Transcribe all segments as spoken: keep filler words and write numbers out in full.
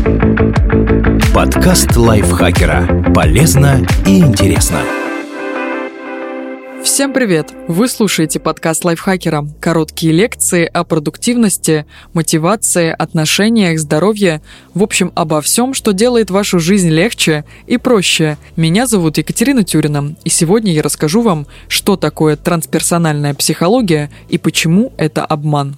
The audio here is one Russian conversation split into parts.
Подкаст лайфхакера. Полезно и интересно. Всем привет! Вы слушаете подкаст лайфхакера. Короткие лекции о продуктивности, мотивации, отношениях, здоровье. В общем, обо всем, что делает вашу жизнь легче и проще. Меня зовут Екатерина Тюрина, и сегодня я расскажу вам, что такое трансперсональная психология и почему это обман.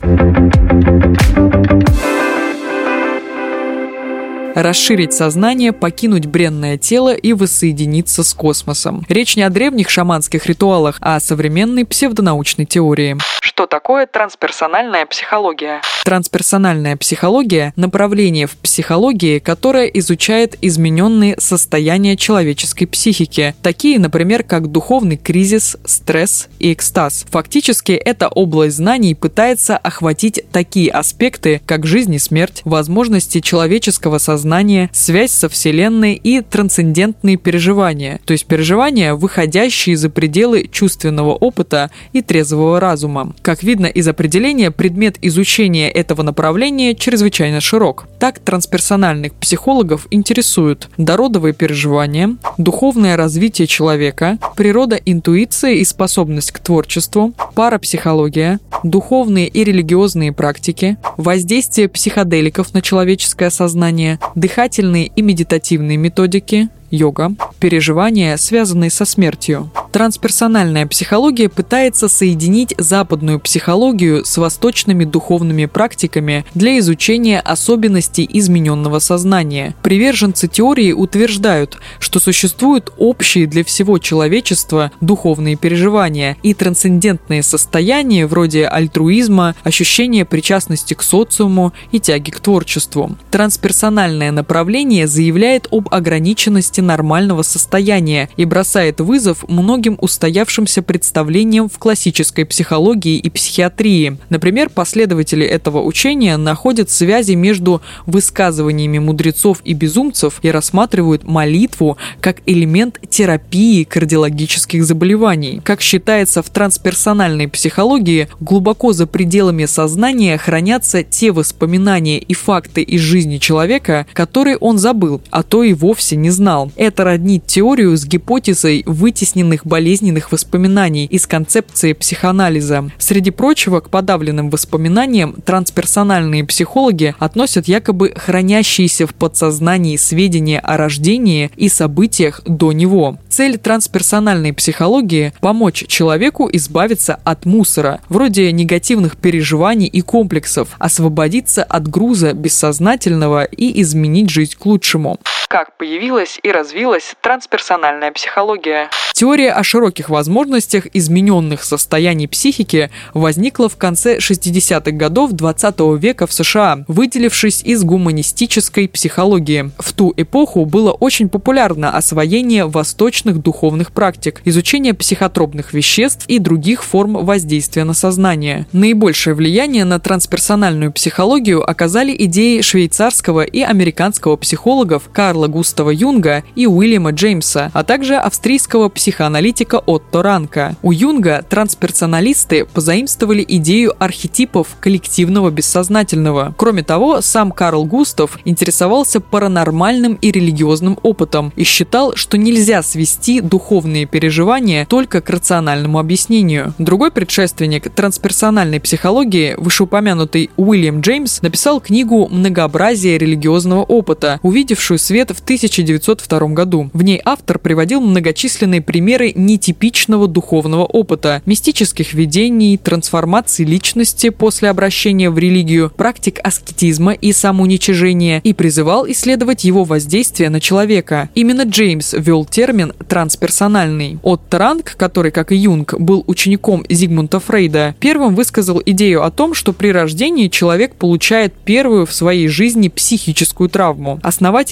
Расширить сознание, покинуть бренное тело и воссоединиться с космосом. Речь не о древних шаманских ритуалах, а о современной псевдонаучной теории. Что такое трансперсональная психология? Трансперсональная психология – направление в психологии, которое изучает измененные состояния человеческой психики, такие, например, как духовный кризис, стресс и экстаз. Фактически, эта область знаний пытается охватить такие аспекты, как жизнь и смерть, возможности человеческого сознания, связь со Вселенной и трансцендентные переживания, то есть переживания, выходящие за пределы чувственного опыта и трезвого разума. Как видно из определения, предмет изучения этого направления чрезвычайно широк. Так, трансперсональных психологов интересуют дородовые переживания, духовное развитие человека, природа интуиции и способность к творчеству, парапсихология, духовные и религиозные практики, воздействие психоделиков на человеческое сознание, дыхательные и медитативные методики, йога, переживания, связанные со смертью. Трансперсональная психология пытается соединить западную психологию с восточными духовными практиками для изучения особенностей измененного сознания. Приверженцы теории утверждают, что существуют общие для всего человечества духовные переживания и трансцендентные состояния вроде альтруизма, ощущения причастности к социуму и тяги к творчеству. Трансперсональное направление заявляет об ограниченности нормального состояния и бросает вызов многим устоявшимся представлениям в классической психологии и психиатрии. Например, последователи этого учения находят связи между высказываниями мудрецов и безумцев и рассматривают молитву как элемент терапии кардиологических заболеваний. Как считается в трансперсональной психологии, глубоко за пределами сознания хранятся те воспоминания и факты из жизни человека, которые он забыл, а то и вовсе не знал. Это роднит теорию с гипотезой вытесненных болезненных воспоминаний из концепции психоанализа. Среди прочего, к подавленным воспоминаниям трансперсональные психологи относят якобы хранящиеся в подсознании сведения о рождении и событиях до него. Цель трансперсональной психологии – помочь человеку избавиться от мусора, вроде негативных переживаний и комплексов, освободиться от груза бессознательного и изменить жизнь к лучшему. Как появилась и развилась трансперсональная психология? Теория о широких возможностях измененных состояний психики возникла в конце шестидесятых годов двадцатого века в США, выделившись из гуманистической психологии. В ту эпоху было очень популярно освоение восточных духовных практик, изучение психотропных веществ и других форм воздействия на сознание. Наибольшее влияние на трансперсональную психологию оказали идеи швейцарского и американского психологов Карла Густава Юнга и Уильяма Джеймса, а также австрийского психоаналитика Отто Ранка. У Юнга трансперсоналисты позаимствовали идею архетипов коллективного бессознательного. Кроме того, сам Карл Густав интересовался паранормальным и религиозным опытом и считал, что нельзя свести духовные переживания только к рациональному объяснению. Другой предшественник трансперсональной психологии, вышеупомянутый Уильям Джеймс, написал книгу «Многообразие религиозного опыта», увидевшую свет в тысяча девятьсот втором году. В ней автор приводил многочисленные примеры нетипичного духовного опыта, мистических видений, трансформации личности после обращения в религию, практик аскетизма и самоуничижения, и призывал исследовать его воздействие на человека. Именно Джеймс ввел термин «трансперсональный». Отто Ранк, который, как и Юнг, был учеником Зигмунда Фрейда, первым высказал идею о том, что при рождении человек получает первую в своей жизни психическую травму. Основателями же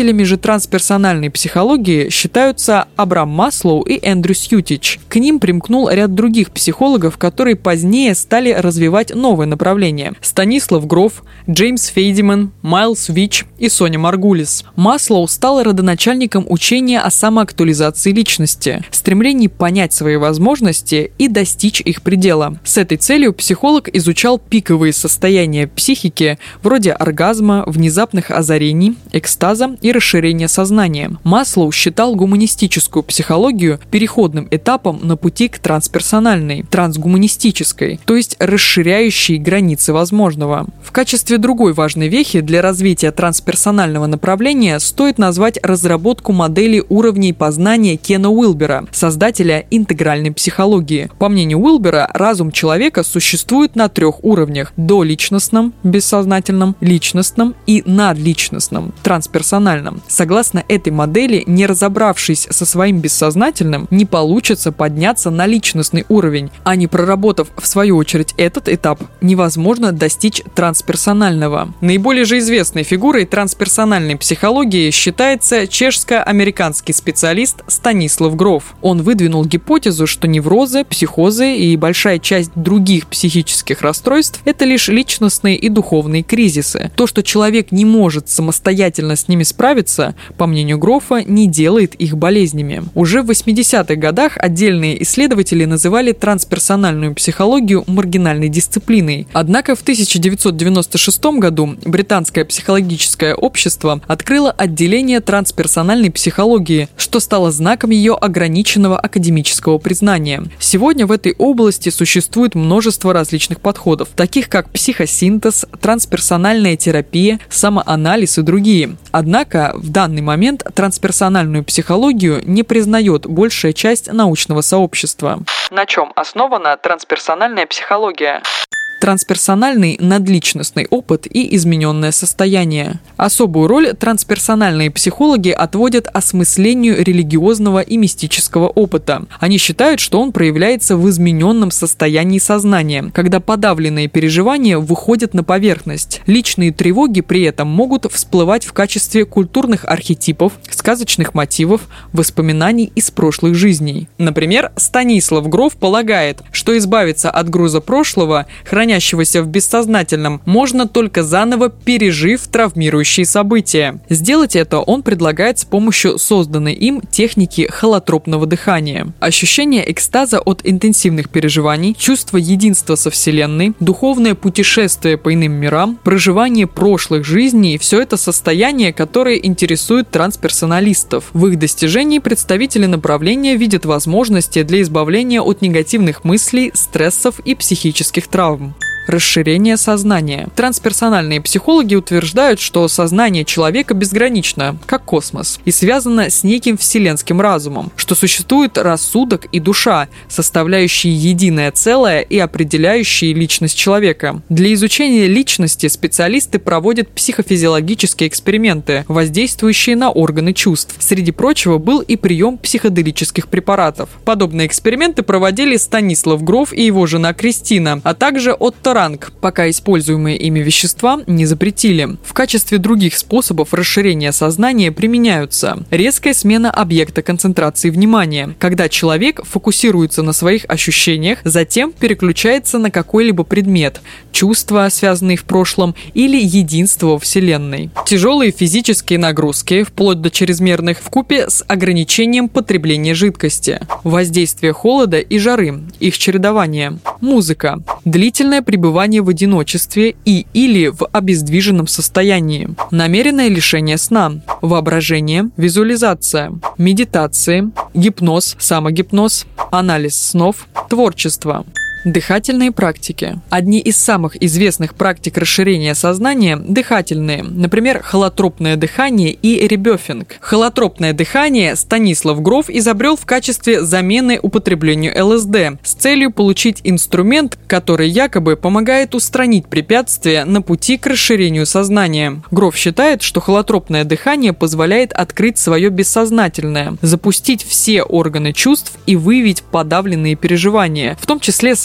трансперсональной психологии считаются Абрам Маслоу и Эндрю Сьютич. К ним примкнул ряд других психологов, которые позднее стали развивать новое направление – Станислав Гроф, Джеймс Фейдеман, Майлз Вич и Соня Маргулис. Маслоу стал родоначальником учения о самоактуализации личности, стремлении понять свои возможности и достичь их предела. С этой целью психолог изучал пиковые состояния психики вроде оргазма, внезапных озарений, экстаза и расширения сознания. Маслоу считал гуманистическую психологию переходным этапом на пути к трансперсональной, трансгуманистической, то есть расширяющей границы возможного. В качестве другой важной вехи для развития трансперсонального направления стоит назвать разработку модели уровней познания Кена Уилбера, создателя интегральной психологии. По мнению Уилбера, разум человека существует на трех уровнях – доличностном, бессознательном, личностном и надличностном, трансперсональном. Согласно этой модели, не разобравшись со своим бессознательным, не получится подняться на личностный уровень, а не проработав в свою очередь этот этап, невозможно достичь трансперсонального. Наиболее же известной фигурой трансперсональной психологии считается чешско-американский специалист Станислав Гроф. Он выдвинул гипотезу, что неврозы, психозы и большая часть других психических расстройств – это лишь личностные и духовные кризисы. То, что человек не может самостоятельно с ними справиться, по мнению Грофа, не делает их болезнями. Уже в восьмидесятых годах отдельные исследователи называли трансперсональную психологию маргинальной дисциплиной. Однако в тысяча девятьсот девяносто шестом году Британское психологическое общество открыло отделение трансперсональной психологии, что стало знаком ее ограниченного академического признания. Сегодня в этой области существует множество различных подходов, таких как психосинтез, трансперсональная терапия, самоанализ и другие. Однако в данный момент трансперсональную психологию не признает большая часть научного сообщества. На чем основана трансперсональная психология? Трансперсональный надличностный опыт и измененное состояние. Особую роль трансперсональные психологи отводят осмыслению религиозного и мистического опыта. Они считают, что он проявляется в измененном состоянии сознания, когда подавленные переживания выходят на поверхность. Личные тревоги при этом могут всплывать в качестве культурных архетипов, сказочных мотивов, воспоминаний из прошлых жизней. Например, Станислав Гроф полагает, что избавиться от груза прошлого, хранящегося в бессознательном, можно только заново пережив травмирующие события. Сделать это он предлагает с помощью созданной им техники холотропного дыхания. Ощущение экстаза от интенсивных переживаний, чувство единства со Вселенной, духовное путешествие по иным мирам, проживание прошлых жизней – все это состояния, которые интересуют трансперсоналистов. В их достижении представители направления видят возможности для избавления от негативных мыслей, стрессов и психических травм. Расширение сознания. Трансперсональные психологи утверждают, что сознание человека безгранично, как космос, и связано с неким вселенским разумом, что существует рассудок и душа, составляющие единое целое и определяющие личность человека. Для изучения личности специалисты проводят психофизиологические эксперименты, воздействующие на органы чувств. Среди прочего был и прием психоделических препаратов. Подобные эксперименты проводили Станислав Гроф и его жена Кристина, а также Отто Ранг, пока используемые ими вещества не запретили. В качестве других способов расширения сознания применяются резкая смена объекта концентрации внимания, когда человек фокусируется на своих ощущениях, затем переключается на какой-либо предмет, чувства, связанные в прошлом, или единство во Вселенной. Тяжелые физические нагрузки, вплоть до чрезмерных, вкупе с ограничением потребления жидкости. Воздействие холода и жары, их чередование. Музыка. Длительное пребывание в одиночестве и или в обездвиженном состоянии. Намеренное лишение сна. Воображение, визуализация. Медитации, гипноз, самогипноз, анализ снов, творчество. Дыхательные практики. Одни из самых известных практик расширения сознания – дыхательные, например, холотропное дыхание и ребёфинг. Холотропное дыхание Станислав Гроф изобрел в качестве замены употреблению эл эс дэ с целью получить инструмент, который якобы помогает устранить препятствия на пути к расширению сознания. Гроф считает, что холотропное дыхание позволяет открыть свое бессознательное, запустить все органы чувств и выявить подавленные переживания, в том числе связанные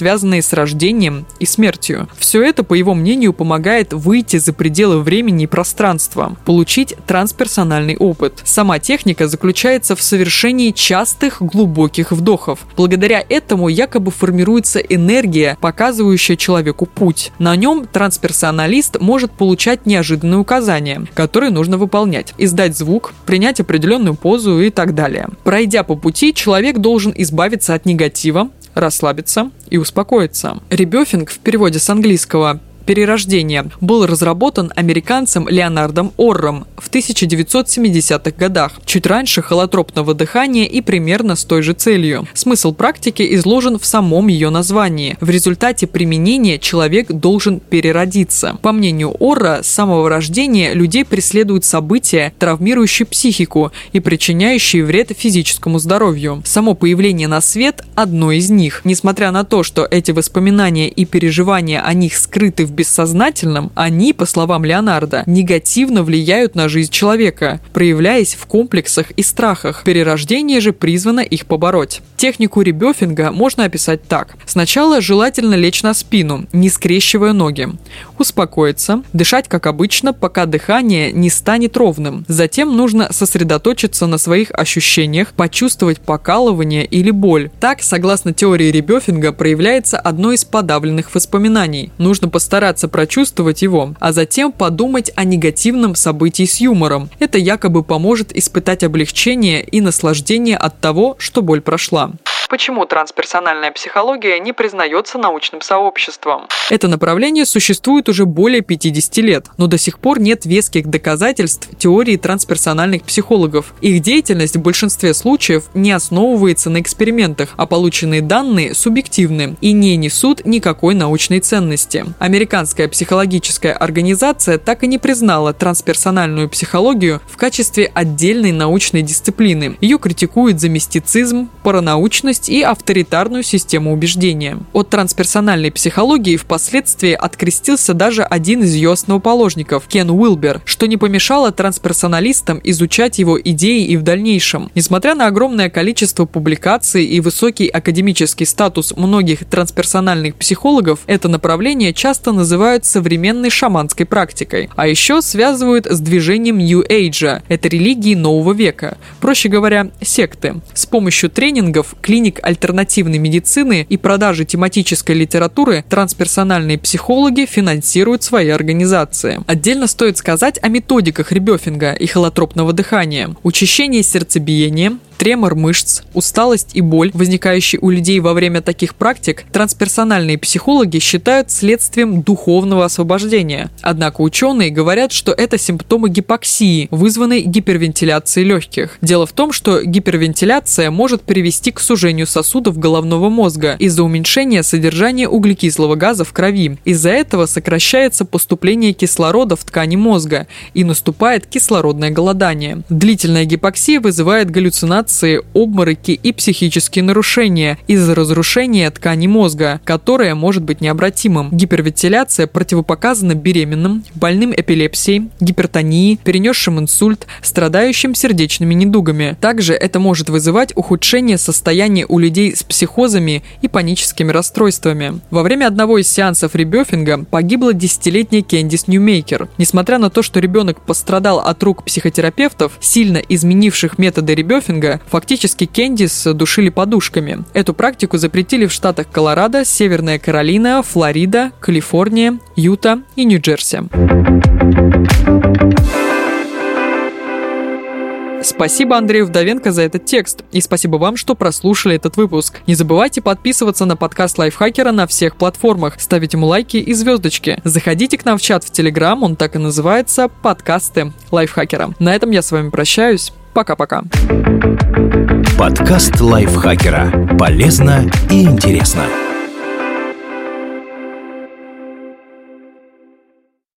связанные с рождением и смертью. Все это, по его мнению, помогает выйти за пределы времени и пространства, получить трансперсональный опыт. Сама техника заключается в совершении частых глубоких вдохов. Благодаря этому якобы формируется энергия, показывающая человеку путь. На нем трансперсоналист может получать неожиданные указания, которые нужно выполнять, издать звук, принять определенную позу и так далее. Пройдя по пути, человек должен избавиться от негатива, расслабиться и успокоиться. Ребёфинг в переводе с английского «перерождение» был разработан американцем Леонардом Орром в тысяча девятьсот семидесятых годах, чуть раньше холотропного дыхания и примерно с той же целью. Смысл практики изложен в самом ее названии. В результате применения человек должен переродиться. По мнению Орра, с самого рождения людей преследуют события, травмирующие психику и причиняющие вред физическому здоровью. Само появление на свет – одно из них. Несмотря на то, что эти воспоминания и переживания о них скрыты в бессознательном, они, по словам Леонардо, негативно влияют на жизнь человека, проявляясь в комплексах и страхах. Перерождение же призвано их побороть. Технику ребёфинга можно описать так. Сначала желательно лечь на спину, не скрещивая ноги. Успокоиться, дышать как обычно, пока дыхание не станет ровным. Затем нужно сосредоточиться на своих ощущениях, почувствовать покалывание или боль. Так, согласно теории ребёфинга, проявляется одно из подавленных воспоминаний. Нужно постараться прочувствовать его, а затем подумать о негативном событии с юмором. Это якобы поможет испытать облегчение и наслаждение от того, что боль прошла. Почему трансперсональная психология не признается научным сообществом? Это направление существует уже более пятидесяти лет, но до сих пор нет веских доказательств теории трансперсональных психологов. Их деятельность в большинстве случаев не основывается на экспериментах, а полученные данные субъективны и не несут никакой научной ценности. Американская психологическая организация так и не признала трансперсональную психологию в качестве отдельной научной дисциплины. Ее критикуют за мистицизм, паранаучность и авторитарную систему убеждения. От трансперсональной психологии впоследствии открестился даже один из ее основоположников, Кен Уилбер, что не помешало трансперсоналистам изучать его идеи и в дальнейшем. Несмотря на огромное количество публикаций и высокий академический статус многих трансперсональных психологов, это направление часто называют современной шаманской практикой, а еще связывают с движением New Age, это религии нового века, проще говоря, секты. С помощью тренингов, клиник альтернативной медицины и продажи тематической литературы трансперсональные психологи финансируют свои организации. Отдельно стоит сказать о методиках ребёфинга и холотропного дыхания. Учащение сердцебиения, тремор мышц, усталость и боль, возникающие у людей во время таких практик, трансперсональные психологи считают следствием духовного освобождения. Однако ученые говорят, что это симптомы гипоксии, вызванной гипервентиляцией легких. Дело в том, что гипервентиляция может привести к сужению сосудов головного мозга из-за уменьшения содержания углекислого газа в крови. Из-за этого сокращается поступление кислорода в ткани мозга и наступает кислородное голодание. Длительная гипоксия вызывает галлюцинации, обмороки и психические нарушения из-за разрушения ткани мозга, которое может быть необратимым. Гипервентиляция противопоказана беременным, больным эпилепсией, гипертонией, перенесшим инсульт, страдающим сердечными недугами. Также это может вызывать ухудшение состояния у людей с психозами и паническими расстройствами. Во время одного из сеансов ребёфинга погибла десятилетняя Кэндис Ньюмейкер. Несмотря на то, что ребенок пострадал от рук психотерапевтов, сильно изменивших методы ребёфинга, фактически Кэндис душили подушками. Эту практику запретили в штатах Колорадо, Северная Каролина, Флорида, Калифорния, Юта и Нью-Джерси. Спасибо Андрею Вдовенко за этот текст. И спасибо вам, что прослушали этот выпуск. Не забывайте подписываться на подкаст Лайфхакера на всех платформах, ставить ему лайки и звездочки. Заходите к нам в чат в Телеграм, он так и называется «Подкасты Лайфхакера». На этом я с вами прощаюсь. Пока-пока. Подкаст Лайфхакера. Полезно и интересно.